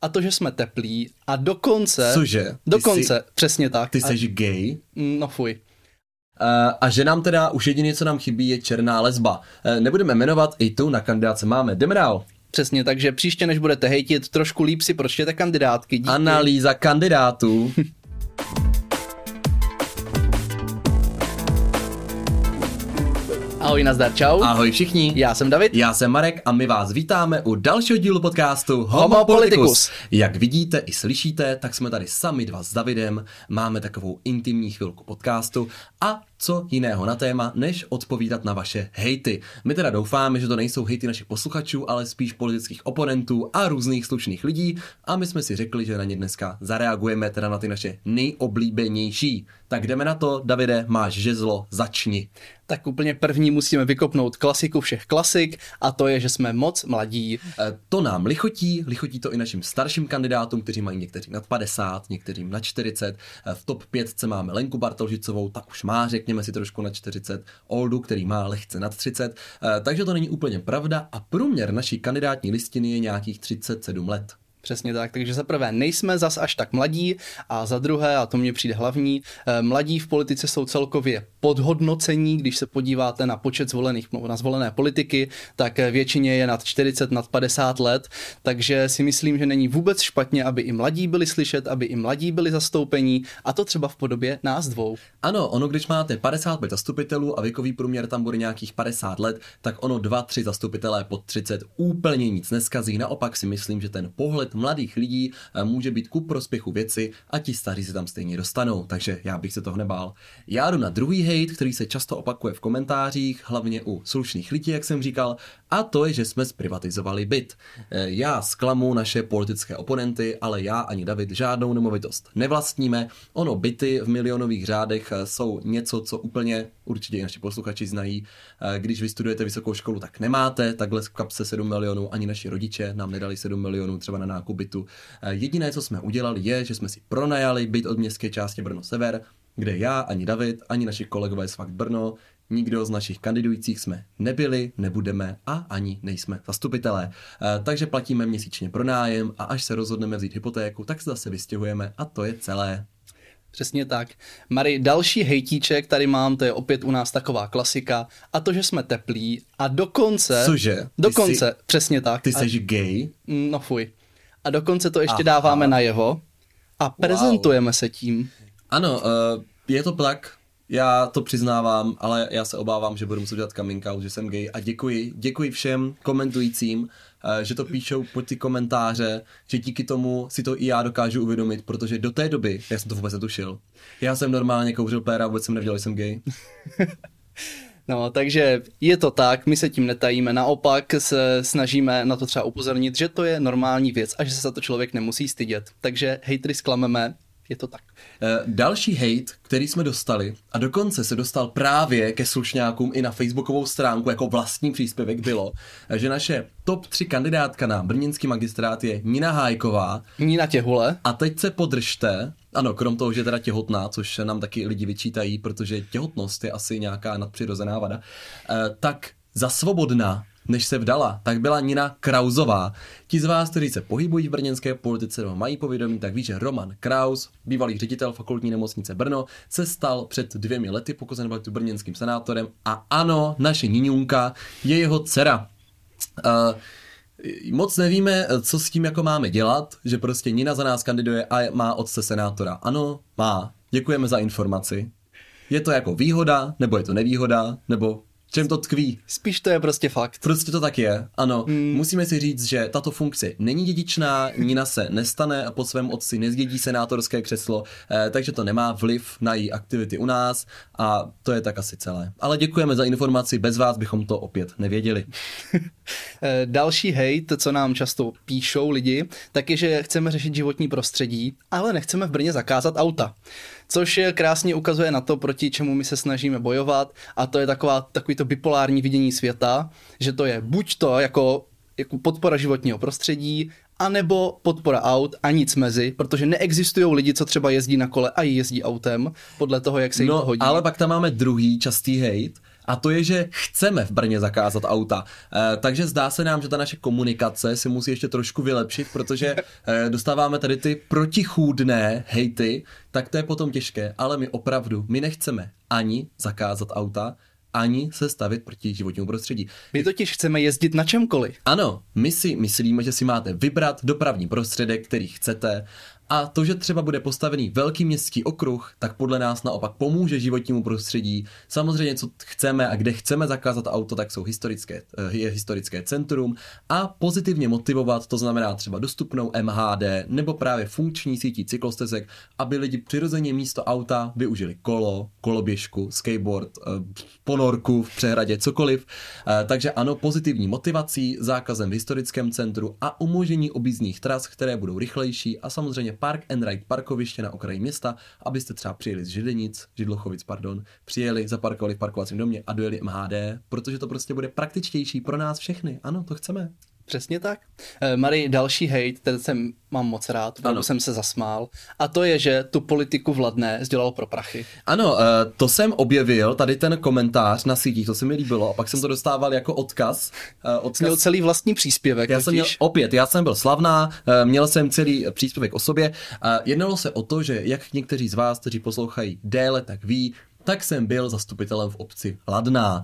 a to, že jsme teplí a dokonce... Cože? Přesně tak. Ty jsi gay? No fuj. A že nám teda už jediné, co nám chybí, je černá lesba. Nebudeme jmenovat, i tu na kandidáce máme. Jdeme dál. Přesně, takže příště, než budete hejtit, trošku líp si pročtěte kandidátky. Díky. Analýza kandidátů. Ahoj, nazdar, čau. Ahoj všichni. Já jsem David. Já jsem Marek a my vás vítáme u dalšího dílu podcastu Homo Politicus. Jak vidíte i slyšíte, tak jsme tady sami dva s Davidem, máme takovou intimní chvilku podcastu a co jiného na téma, než odpovídat na vaše hejty. My teda doufáme, že to nejsou hejty našich posluchačů, ale spíš politických oponentů a různých slušných lidí a my jsme si řekli, že na ně dneska zareagujeme teda na ty naše nejoblíbenější. Tak jdeme na to, Davide, máš žezlo, začni. Tak úplně první musíme vykopnout klasiku všech klasik a to je, že jsme moc mladí. To nám lichotí to i našim starším kandidátům, kteří mají někteří nad 50, některým nad 40. V top 5 máme Lenku Bartošicovou, ta už má, řekněme si trošku nad 40, Oldu, který má lehce nad 30, takže to není úplně pravda a průměr naší kandidátní listiny je nějakých 37 let. Přesně tak, takže za prvé nejsme zas až tak mladí a za druhé, a to mně přijde hlavní, mladí v politice jsou celkově podhodnocení, když se podíváte na počet zvolené politiky, tak většině je nad 40, nad 50 let, takže si myslím, že není vůbec špatně, aby i mladí byli slyšet, aby i mladí byli zastoupení a to třeba v podobě nás dvou. Ano, ono když máte 55 zastupitelů a věkový průměr tam bude nějakých 50 let, tak ono 2-3 zastupitelé pod 30 úplně nic neskazí, naopak si myslím, že ten pohled mladých lidí může být ku prospěchu věci a ti staří se tam stejně dostanou, takže já bych se toho nebál. Já jdu na druhý hejt, který se často opakuje v komentářích, hlavně u slušných lidí, jak jsem říkal, a to je, že jsme zprivatizovali byt. Já zklamu naše politické oponenty, ale já ani David žádnou nemovitost nevlastníme. Ono byty v milionových řádech jsou něco, co úplně určitě i naši posluchači znají. Když vystudujete vysokou školu, tak nemáte takhle v kapse 7 milionů, ani naši rodiče nám nedali 7 milionů třeba na nákup bytu. Jediné, co jsme udělali, je, že jsme si pronajali byt od městské části Brno Sever, kde já, ani David, ani naši kolegové z Fakt Brno, nikdo z našich kandidujících jsme nebyli, nebudeme a ani nejsme zastupitelé. Takže platíme měsíčně pronájem a až se rozhodneme vzít hypotéku, tak se zase vystěhujeme a to je celé. Přesně tak. Mary, další hejtíček tady mám, to je opět u nás taková klasika, a to, že jsme teplí a dokonce... Cože? Přesně tak. Ty jsi gay? No fuj. A dokonce to ještě dáváme na jeho a prezentujeme se tím. Ano, je to tak, já to přiznávám, ale já se obávám, že budu muset dělat coming out, že jsem gay a děkuji všem komentujícím, že to píšou pod ty komentáře, že díky tomu si to i já dokážu uvědomit, protože do té doby, já jsem to vůbec netušil. Já jsem normálně kouřil péra a vůbec jsem nevěděl, že jsem gay. No, takže je to tak, my se tím netajíme, naopak se snažíme na to třeba upozornit, že to je normální věc a že se za to člověk nemusí stydět. Takže hejtry zklameme, je to tak. Další hejt, který jsme dostali, a dokonce se dostal právě ke slušňákům i na facebookovou stránku jako vlastní příspěvek, bylo, že naše top 3 kandidátka na brněnský magistrát je Nina Hájková. Nina Těhule. A teď se podržte, ano, krom toho, že je teda těhotná, což nám taky lidi vyčítají, protože těhotnost je asi nějaká nadpřirozená vada, tak za Svobodna, než se vdala, tak byla Nina Krausová. Ti z vás, kteří se pohybují v brněnské politice nebo mají povědomí, tak ví, že Roman Kraus, bývalý ředitel fakultní nemocnice Brno, se stal před 2 lety, pokud se nebavit, brněnským senátorem a ano, naše Niňunka je jeho dcera. Moc nevíme, co s tím jako máme dělat, že prostě Nina za nás kandiduje a má otce senátora. Ano, má. Děkujeme za informaci. Je to jako výhoda, nebo je to nevýhoda, nebo čem to tkví? Spíš to je prostě fakt. Prostě to tak je, ano. Musíme si říct, že tato funkce není dědičná, Nina se nestane a po svém otci nezdědí senátorské křeslo, takže to nemá vliv na její aktivity u nás a to je tak asi celé. Ale děkujeme za informaci, bez vás bychom to opět nevěděli. Další hejt, co nám často píšou lidi, tak je, že chceme řešit životní prostředí, ale nechceme v Brně zakázat auta. Což krásně ukazuje na to, proti čemu my se snažíme bojovat a to je takový to bipolární vidění světa, že to je buď to jako podpora životního prostředí, anebo podpora aut a nic mezi, protože neexistují lidi, co třeba jezdí na kole a jezdí autem, podle toho, jak se jim to hodí. Ale pak tam máme druhý častý hejt A to je, že chceme v Brně zakázat auta. Takže zdá se nám, že ta naše komunikace si musí ještě trošku vylepšit, protože dostáváme tady ty protichůdné hejty, tak to je potom těžké. Ale my nechceme ani zakázat auta, ani se stavit proti životnímu prostředí. My totiž chceme jezdit na čemkoliv. Ano, my si myslíme, že si máte vybrat dopravní prostředek, který chcete, a to, že třeba bude postavený velký městský okruh, tak podle nás naopak pomůže životnímu prostředí. Samozřejmě, co chceme a kde chceme zakázat auto, tak je historické centrum a pozitivně motivovat, to znamená třeba dostupnou MHD nebo právě funkční sítí cyklostezek, aby lidi přirozeně místo auta využili koloběžku, skateboard, ponorku v přehradě, cokoliv. Takže ano, pozitivní motivací, zákazem v historickém centru a umožnění objízdných tras, které budou rychlejší a samozřejmě park and ride parkoviště na okraji města, abyste třeba přijeli z Židlochovic, přijeli, zaparkovali v parkovacím domě a dojeli MHD, protože to prostě bude praktičtější pro nás všechny. Ano, to chceme. Přesně tak. Mary, další hejt, ten mám moc rád, protože jsem se zasmál. A to je, že tu politiku Vladné dělal pro prachy. Ano, to jsem objevil, tady ten komentář na sítích, to se mi líbilo, a pak jsem to dostával jako odkaz. Měl celý vlastní příspěvek. Já jsem byl slavná, měl jsem celý příspěvek o sobě. Jednalo se o to, že jak někteří z vás, kteří poslouchají déle, tak ví, tak jsem byl zastupitelem v obci Ladná.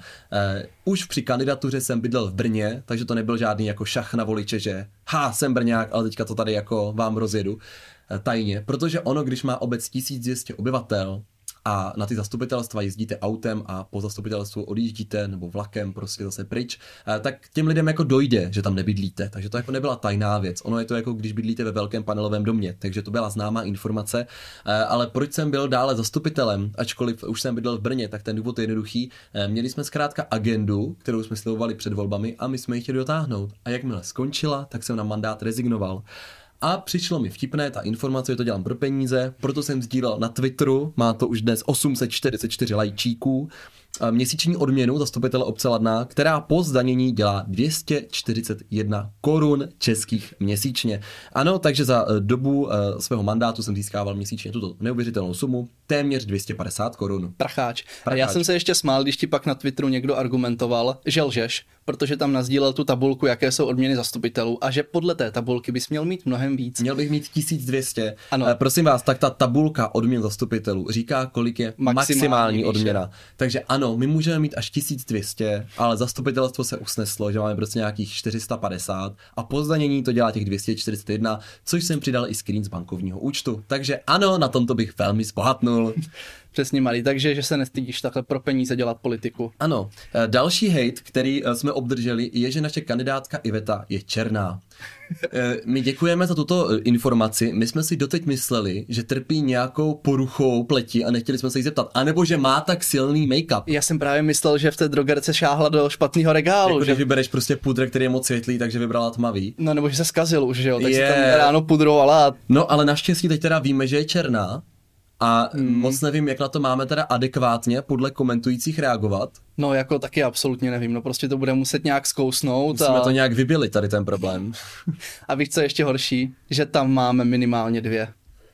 Už při kandidatuře jsem bydlel v Brně, takže to nebyl žádný jako šach na voliče, že jsem Brňák, ale teďka to tady jako vám rozjedu tajně, protože ono, když má obec 1200 obyvatel a na ty zastupitelstva jezdíte autem a po zastupitelstvu odjíždíte nebo vlakem prostě zase pryč, tak těm lidem jako dojde, že tam nebydlíte. Takže to jako nebyla tajná věc. Ono je to jako když bydlíte ve velkém panelovém domě, takže to byla známá informace. Ale proč jsem byl dále zastupitelem, ačkoliv už jsem bydlel v Brně, tak ten důvod je jednoduchý. Měli jsme zkrátka agendu, kterou jsme slibovali před volbami a my jsme ji chtěli dotáhnout. A jakmile skončila, tak jsem na mandát rezignoval. A přišlo mi vtipné ta informace, že to dělám pro peníze, proto jsem sdílel na Twitteru, má to už dnes 844 lajčíků, měsíční odměnu zastupitele obce Ladná, která po zdanění dělá 241 korun českých měsíčně. Ano, takže za dobu svého mandátu jsem získával měsíčně tuto neuvěřitelnou sumu, téměř 250 korun. Pracháč. A já jsem se ještě smál, když ti pak na Twitteru někdo argumentoval, že lžeš, protože tam nasdílel tu tabulku, jaké jsou odměny zastupitelů a že podle té tabulky bys měl mít mnohem víc. Měl bych mít 1200. Ano. Prosím vás, tak ta tabulka odměn zastupitelů říká, kolik je maximální odměna. Takže ano, my můžeme mít až 1200, ale zastupitelstvo se usneslo, že máme prostě nějakých 450 a po zdanění to dělá těch 241, což jsem přidal i screen z bankovního účtu. Takže ano, na tomto bych velmi zbohatnul. Přesně, Malý, takže že se nestydíš takhle pro peníze dělat politiku. Ano, další hejt, který jsme obdrželi, je, že naše kandidátka Iveta je černá. My děkujeme za tuto informaci, my jsme si doteď mysleli, že trpí nějakou poruchou pleti a nechtěli jsme se jí zeptat, anebo že má tak silný make-up. Já jsem právě myslel, že v té drogerce šáhla do špatného regálu. Jako že vybereš prostě pudr, který je moc světlý, takže vybrala tmavý. No nebo že se zkazil už, že jo, tak si tam ráno pudrovala. No ale naštěstí teď teda víme, že je černá. A moc nevím, jak na to máme teda adekvátně podle komentujících reagovat. No jako taky absolutně nevím, no prostě to bude muset nějak zkousnout. Musíme to nějak vybilit, tady ten problém. A víš, co je ještě horší? Že tam máme minimálně 2.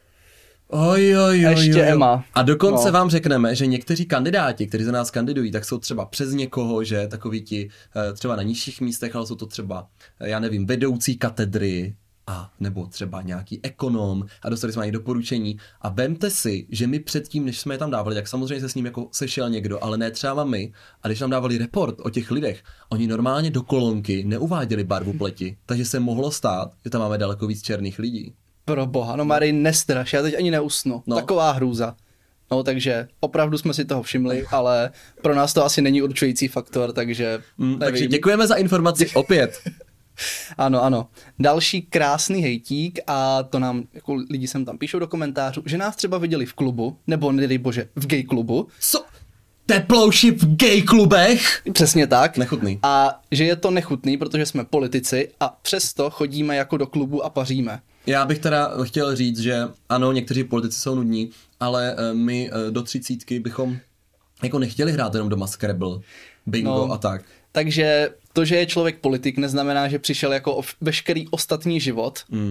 Ještě Emma. A dokonce vám řekneme, že někteří kandidáti, kteří za nás kandidují, tak jsou třeba přes někoho, že takoví ti třeba na nižších místech, ale jsou to třeba, já nevím, vedoucí katedry, a nebo třeba nějaký ekonom a dostali jsme ani doporučení a vemte si, že my předtím, než jsme je tam dávali, tak samozřejmě se s ním jako sešel někdo, ale ne třeba my a když nám dávali report o těch lidech, oni normálně do kolonky neuváděli barvu pleti, takže se mohlo stát, že tam máme daleko víc černých lidí. Pro boha, no Mary, nestraš, já teď ani neusnu, taková hrůza. No takže opravdu jsme si toho všimli, ale pro nás to asi není určující faktor, takže takže děkujeme za informaci opět. Ano. Další krásný hejtík a to nám, jako lidi sem tam píšou do komentářů, že nás třeba viděli v klubu, nebo nedej bože, v gay klubu. Co? Teplouši v gay klubech? Přesně tak. Nechutný. A že je to nechutný, protože jsme politici a přesto chodíme jako do klubu a paříme. Já bych teda chtěl říct, že ano, někteří politici jsou nudní, ale my do 30 bychom jako nechtěli hrát jenom doma Scrabble, bingo a tak. Takže to, že je člověk politik, neznamená, že přišel jako veškerý ostatní život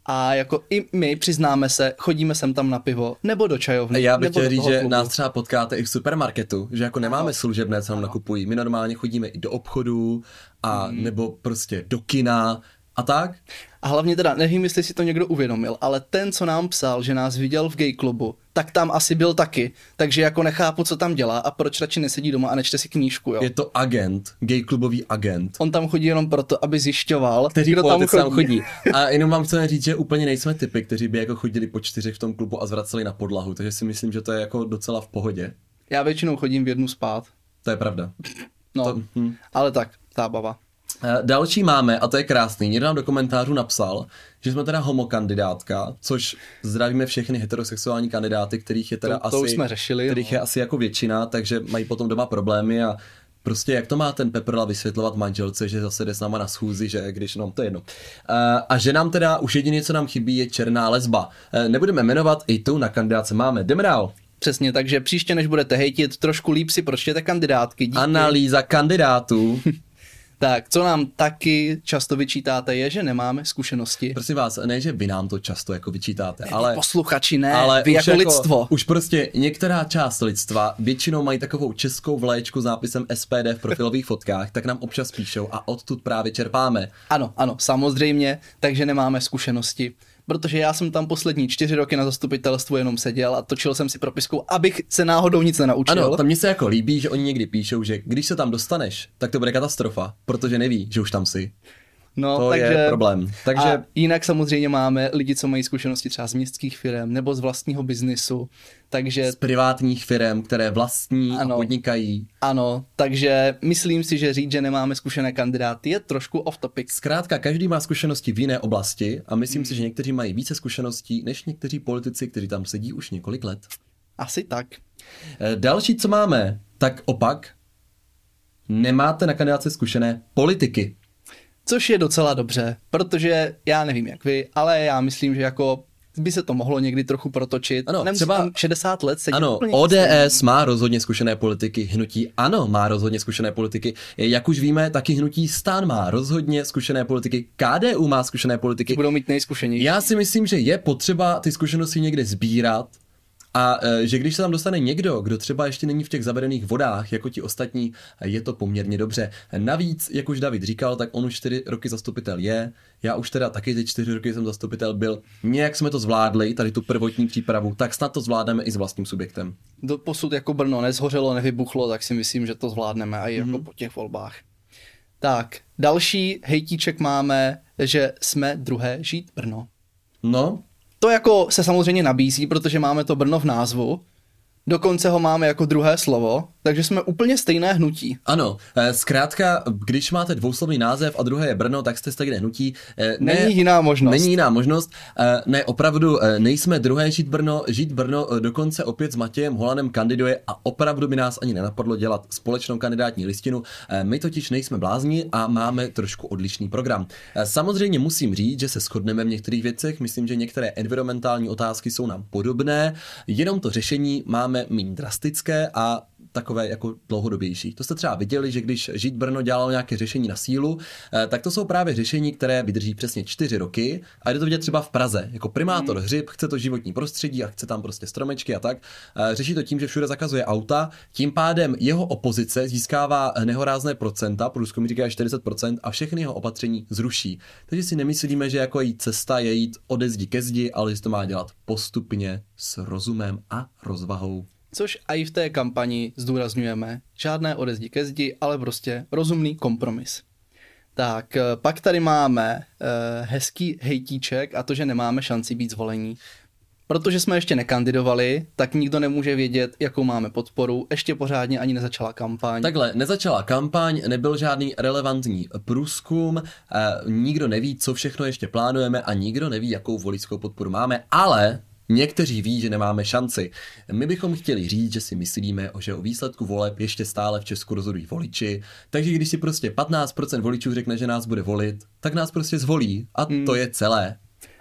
A jako i my, přiznáme se, chodíme sem tam na pivo, nebo do čajovny, Já bych nebo chtěl do říct, toho že klubu. nás třeba potkáte i v supermarketu, že jako nemáme služebné, co nám nakupují. My normálně chodíme i do obchodu a nebo prostě do kina a tak. A hlavně teda, nevím, jestli si to někdo uvědomil, ale ten, co nám psal, že nás viděl v gay klubu, tak tam asi byl taky. Takže jako nechápu, co tam dělá a proč radši nesedí doma a nečte si knížku, jo. Je to agent, gay klubový agent. On tam chodí jenom proto, aby zjišťoval, Kteří kdo tam chodí. chodí. A jenom vám chceme říct, že úplně nejsme typy, kteří by jako chodili po 4 v tom klubu a zvraceli na podlahu, takže si myslím, že to je jako docela v pohodě. Já většinou chodím v 1 spát. To je pravda. No, ale tak, zábava. Další máme, a to je krásný, někdo nám do komentářů napsal, že jsme teda homokandidátka, což zdravíme všechny heterosexuální kandidáty, kterých je teda to už jsme řešili, kterých je asi jako většina, takže mají potom doma problémy a prostě jak to má ten Peprla vysvětlovat manželce, že zase jde s náma na schůzi, že když, no to je jedno. A že nám teda už jediné, co nám chybí, je černá lesba. Nebudeme jmenovat, i tu na kandidáce máme. Jdeme dál. Přesně, takže příště, než budete hejtit, trošku líp si pročtěte kandidátky. Díky. Analýza kandidátů. Tak, co nám taky často vyčítáte, je, že nemáme zkušenosti. Prosím vás, ne, že vy nám to často jako vyčítáte, ale posluchači ne, ale vy jako lidstvo. Už prostě některá část lidstva většinou mají takovou českou vlaječku s nápisem SPD v profilových fotkách, tak nám občas píšou a odtud právě čerpáme. Ano, samozřejmě, takže nemáme zkušenosti. Protože já jsem tam poslední 4 roky na zastupitelstvu jenom seděl a točil jsem si propisku, abych se náhodou nic nenaučil. Ano, tam mně se jako líbí, že oni někdy píšou, že když se tam dostaneš, tak to bude katastrofa, protože neví, že už tam jsi. No, to takže, je problém. Takže a jinak samozřejmě máme lidi, co mají zkušenosti třeba z městských firm nebo z vlastního biznisu, takže... z privátních firm, které vlastní ano, a podnikají. Ano, takže myslím si, že říct, že nemáme zkušené kandidáty, je trošku off topic. Zkrátka, každý má zkušenosti v jiné oblasti a myslím si, že někteří mají více zkušeností než někteří politici, kteří tam sedí už několik let. Asi tak. Další, co máme, tak opak, nemáte na kandidáce zkušené politiky. Což je docela dobře, protože já nevím jak vy, ale já myslím, že jako by se to mohlo někdy trochu protočit. Ano, nemusí třeba tam 60 let sedět. Ano, ODS má rozhodně zkušené politiky, hnutí ANO má rozhodně zkušené politiky, jak už víme, taky hnutí STAN má rozhodně zkušené politiky, KDU má zkušené politiky. Budou mít nejzkušenější. Já si myslím, že je potřeba ty zkušenosti někde sbírat a že když se tam dostane někdo, kdo třeba ještě není v těch zavedených vodách, jako ti ostatní, je to poměrně dobře. Navíc, jak už David říkal, tak on už 4 roky zastupitel je, já už teda taky ty 4 roky jsem zastupitel byl, nějak jsme to zvládli, tady tu prvotní přípravu, tak snad to zvládneme i s vlastním subjektem. Doposud jako Brno nezhořelo, nevybuchlo, tak si myslím, že to zvládneme i jako po těch volbách. Tak, další hejtíček máme, že jsme druhé žít Brno. No, to jako se samozřejmě nabízí, protože máme to Brno v názvu, dokonce ho máme jako druhé slovo, takže jsme úplně stejné hnutí. Ano, zkrátka, když máte dvouslovný název a druhé je Brno, tak jste stejné hnutí. Není jiná možnost. Není jiná možnost. Ne, opravdu nejsme druhé žít Brno dokonce opět s Matějem Holanem kandiduje a opravdu by nás ani nenapadlo dělat společnou kandidátní listinu. My totiž nejsme blázni a máme trošku odlišný program. Samozřejmě musím říct, že se shodneme v některých věcech, myslím, že některé environmentální otázky jsou nám podobné, jenom to řešení máme méně drastické a takové jako dlouhodobější. To jste třeba viděli, že když Žít Brno dělalo nějaké řešení na sílu, tak to jsou právě řešení, které vydrží přesně 4 roky a jde to vidět třeba v Praze. Jako primátor Hřib chce to životní prostředí a chce tam prostě stromečky a tak. Řeší to tím, že všude zakazuje auta, tím pádem jeho opozice získává nehorázné procenta, průzkumy říkají 40% a všechny jeho opatření zruší. Takže si nemyslíme, že jako její cesta je jít ode zdi ke zdi, ale že to má dělat postupně s rozumem a rozvahou. Což i v té kampani zdůrazňujeme. Žádné ode zdi ke zdi, ale prostě rozumný kompromis. Tak, pak tady máme hezký hejtíček a to, že nemáme šanci být zvolení. Protože jsme ještě nekandidovali, tak nikdo nemůže vědět, jakou máme podporu. Ještě pořádně ani nezačala kampaň. Takhle, nezačala kampaň, nebyl žádný relevantní průzkum, nikdo neví, co všechno ještě plánujeme a nikdo neví, jakou voličskou podporu máme, ale někteří ví, že nemáme šanci. My bychom chtěli říct, že si myslíme, že o výsledku voleb ještě stále v Česku rozhodují voliči, takže když si prostě 15% voličů řekne, že nás bude volit, tak nás prostě zvolí a to je celé.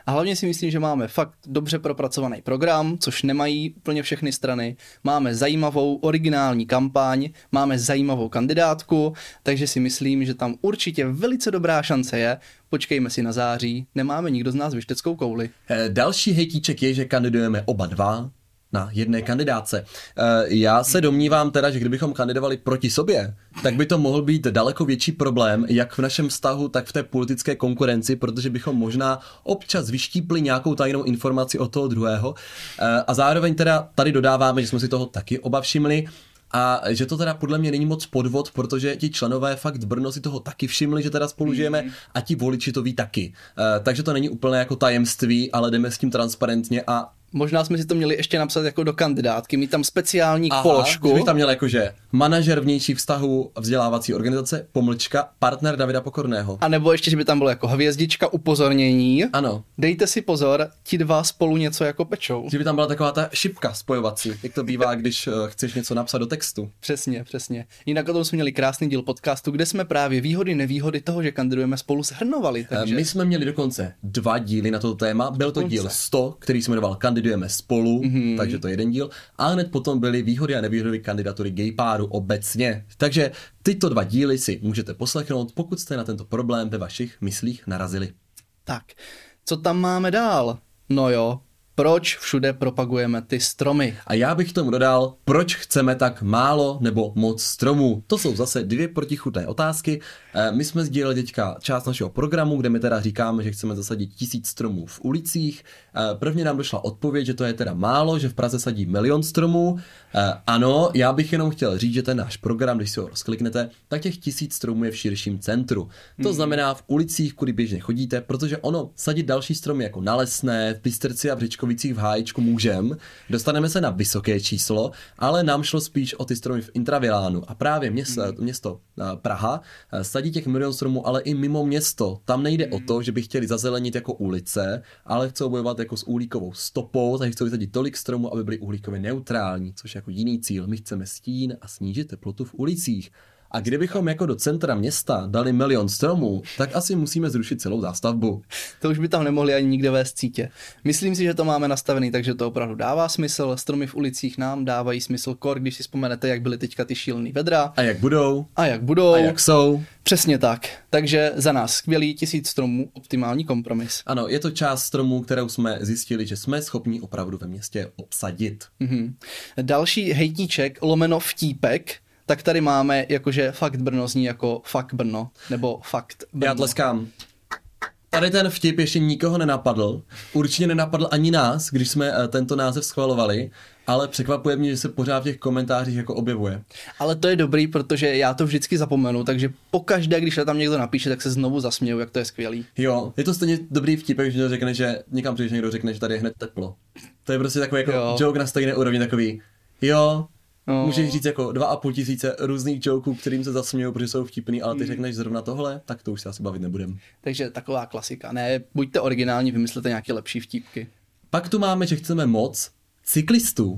A hlavně si myslím, že máme fakt dobře propracovaný program, což nemají úplně všechny strany. Máme zajímavou originální kampaň, máme zajímavou kandidátku, takže si myslím, že tam určitě velice dobrá šance je. Počkejme si na září, nemáme nikdo z nás věšteckou kouli. Další hejtíček je, že kandidujeme oba dva na jedné kandidáce. Já se domnívám teda, že kdybychom kandidovali proti sobě, tak by to mohl být daleko větší problém, jak v našem vztahu, tak v té politické konkurenci, protože bychom možná občas vyštípli nějakou tajnou informaci od toho druhého. A zároveň teda tady dodáváme, že jsme si toho taky oba všimli, a že to teda podle mě není moc podvod, protože ti členové fakt v Brno si toho taky všimli, že teda spolu žijeme a ti voliči to ví taky. Takže to není úplně jako tajemství, ale jdeme s tím transparentně a možná jsme si to měli ještě napsat jako do kandidátky, mít tam speciální položku. Že bych tam měl jakože manažer vnějších vztahů vzdělávací organizace, partner Davida Pokorného. A nebo ještě, že by tam bylo jako hvězdička upozornění. Ano. Dejte si pozor, ti dva spolu něco jako pečou. Že by tam byla taková ta šipka spojovací, jak to bývá, když chceš něco napsat do textu. Přesně. Jinak o tom jsme měli krásný díl podcastu, kde jsme právě výhody, nevýhody toho, že kandidujeme spolu shrnovali. Takže my jsme měli dokonce 2 díly na toto téma. Byl to díl 100, který se jmenoval Kandidujeme spolu, takže to je jeden díl. A hned potom byly výhody a nevýhody kandidatury gay páru obecně. Takže tyto 2 díly si můžete poslechnout, pokud jste na tento problém ve vašich myslích narazili. Tak, co tam máme dál? No jo, proč všude propagujeme ty stromy? A já bych tomu dodal, proč chceme tak málo nebo moc stromů? To jsou zase 2 protichůdné otázky. My jsme sdíleli teďka část našeho programu, kde my teda říkáme, že chceme zasadit 1000 stromů v ulicích. Prvně nám došla odpověď, že to je teda málo, že v Praze sadí 1 000 000 stromů. Ano, já bych jenom chtěl říct, že ten náš program, když si ho rozkliknete, tak těch 1000 stromů je v širším centru. To znamená v ulicích, kudy běžně chodíte, protože ono sadit další stromy jako na Lesné, v Bystrci a v Řečkovicích v Háječku můžem. Dostaneme se na vysoké číslo, ale nám šlo spíš o ty stromy v intravilánu. A právě město Praha sadí těch 1 000 000 stromů, ale i mimo město. Tam nejde o to, že by chtěli zazelenit jako ulice, ale chcou bojovat jako s uhlíkovou stopou, takže chcou vysadit tolik stromů, aby byly uhlíkově neutrální, což je jako jiný cíl. My chceme stín a snížit teplotu v ulicích. A kdybychom jako do centra města dali 1 000 000 stromů, tak asi musíme zrušit celou zástavbu. To už by tam nemohli ani nikde vést sítě. Myslím si, že to máme nastavený, takže to opravdu dává smysl. Stromy v ulicích nám dávají smysl když si vzpomenete, jak byly teďka ty šílený vedra. A jak budou. A jak jsou. Přesně tak. Takže za nás skvělý 1000 stromů, optimální kompromis. Ano, je to část stromů, kterou jsme zjistili, že jsme schopni opravdu ve městě obsadit. Další hejtíček lomeno vtípek. Tak tady máme jakože fakt Brno zní jako fakt Brno, nebo fakt Brno. Já tleskám. Tady ten vtip ještě nikoho nenapadl. Určitě nenapadl ani nás, když jsme tento název schvalovali, ale překvapuje mě, že se pořád v těch komentářích jako objevuje. Ale to je dobrý, protože já to vždycky zapomenu, takže pokaždé, když tam někdo napíše, tak se znovu zasměju, jak to je skvělý. Jo, je to stejně dobrý vtip, když někdo řekne, že někam přijdeš, někdo řekne, že tady je hned teplo. To je prostě takový jako joke na stejné úrovni, takový jo. No. Můžeš říct jako 2500 různých joků, kterým se zasmějou, protože jsou vtipný, ale ty řekneš zrovna tohle, tak to už se asi bavit nebudem. Takže taková klasika. Ne, buďte originální, vymyslete nějaké lepší vtípky. Pak tu máme, že chceme moc cyklistů.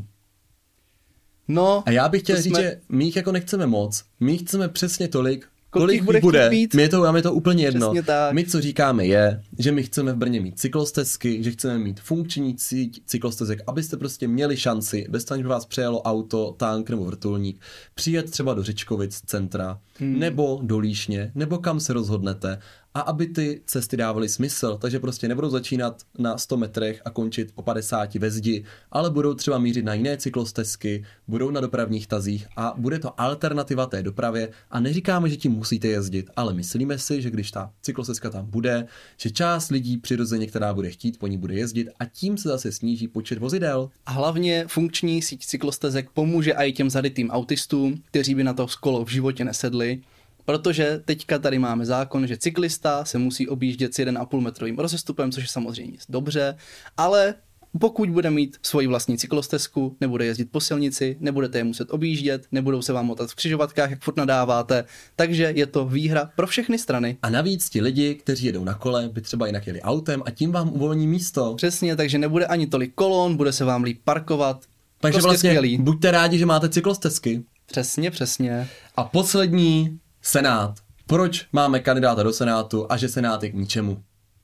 No. A já bych chtěl říct, že my jich jako nechceme moc. My jich chceme přesně tolik, kolik bude. Nám je to úplně jedno. Tak. My, co říkáme, je, že my chceme v Brně mít cyklostezky, že chceme mít funkční síť cyklostezek, abyste prostě měli šanci, bez toho, že by vás přejelo auto, tank nebo vrtulník, přijet třeba do Řečkovic centra, nebo do Líšně, nebo kam se rozhodnete, a aby ty cesty dávaly smysl, takže prostě nebudou začínat na 100 metrech a končit po 50 ve zdi, ale budou třeba mířit na jiné cyklostezky, budou na dopravních tazích a bude to alternativa té dopravě a neříkáme, že tím musíte jezdit, ale myslíme si, že když ta cyklostezka tam bude, že část lidí přirozeně, která bude chtít, po ní bude jezdit a tím se zase sníží počet vozidel. A hlavně funkční síť cyklostezek pomůže i těm zarytým autistům, kteří by na to kolo v životě nesedli. Protože teďka tady máme zákon, že cyklista se musí objíždět s 1,5 metrovým rozestupem, což je samozřejmě dobře, ale pokud bude mít svoji vlastní cyklostezku, nebude jezdit po silnici, nebudete je muset objíždět, nebudou se vám motat v křižovatkách, jak furt nadáváte, takže je to výhra pro všechny strany. A navíc ti lidi, kteří jedou na kole, by třeba jinak jeli autem a tím vám uvolní místo. Přesně, takže nebude ani tolik kolon, bude se vám líp parkovat. Takže prostě vlastně skvělý. Buďte rádi, že máte cyklostezky. Přesně. A poslední, Senát. Proč máme kandidáta do Senátu a že Senát je k ničemu?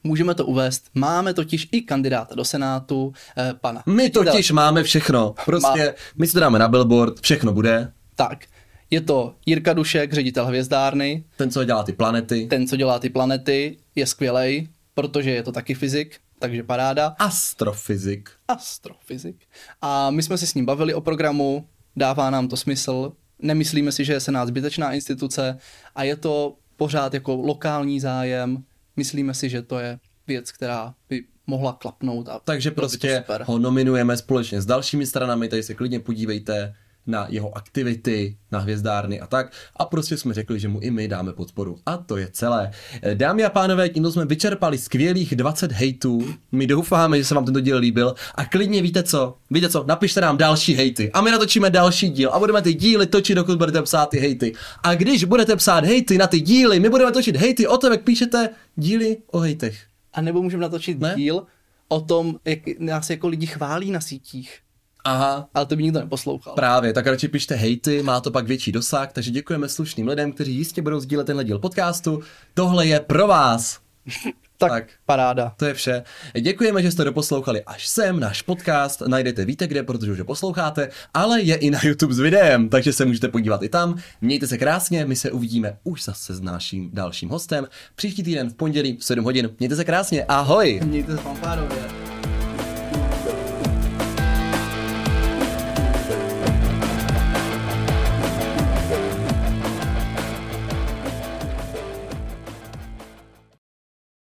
Můžeme to uvést, máme totiž i kandidáta do Senátu, pana. My totiž máme všechno, prostě my si to dáme na billboard, všechno bude. Tak, je to Jirka Dušek, ředitel Hvězdárny. Ten, co dělá ty planety. Je skvělej, protože je to taky fyzik, takže paráda. Astrofyzik. A my jsme si s ním bavili o programu, dává nám to smysl, nemyslíme si, že je Senát zbytečná instituce a je to pořád jako lokální zájem. Myslíme si, že to je věc, která by mohla klapnout. Takže prostě ho nominujeme společně s dalšími stranami, tady se klidně podívejte na jeho aktivity, na Hvězdárny a tak. A prostě jsme řekli, že mu i my dáme podporu. A to je celé. Dámy a pánové, tímto jsme vyčerpali skvělých 20 hejtů. My doufáme, že se vám tento díl líbil. A klidně víte co, napište nám další hejty. A my natočíme další díl a budeme ty díly točit, dokud budete psát ty hejty. A když budete psát hejty na ty díly, my budeme točit hejty o tom, jak píšete díly o hejtech. A nebo můžeme natočit díl o tom, jak nás jako lidi chválí na sítích. Aha. Ale to by nikdo neposlouchal. Právě, tak radši pište hejty, má to pak větší dosah, takže děkujeme slušným lidem, kteří jistě budou sdílet tenhle díl podcastu. Tohle je pro vás. Tak, paráda. To je vše. Děkujeme, že jste doposlouchali až sem. Náš podcast najdete víte kde, protože už ho posloucháte, ale je i na YouTube s videem, takže se můžete podívat i tam. Mějte se krásně, my se uvidíme už zase s naším dalším hostem příští týden v pondělí v 7 hodin. Mějte se krásně, ahoj! Mějte se fanfárově.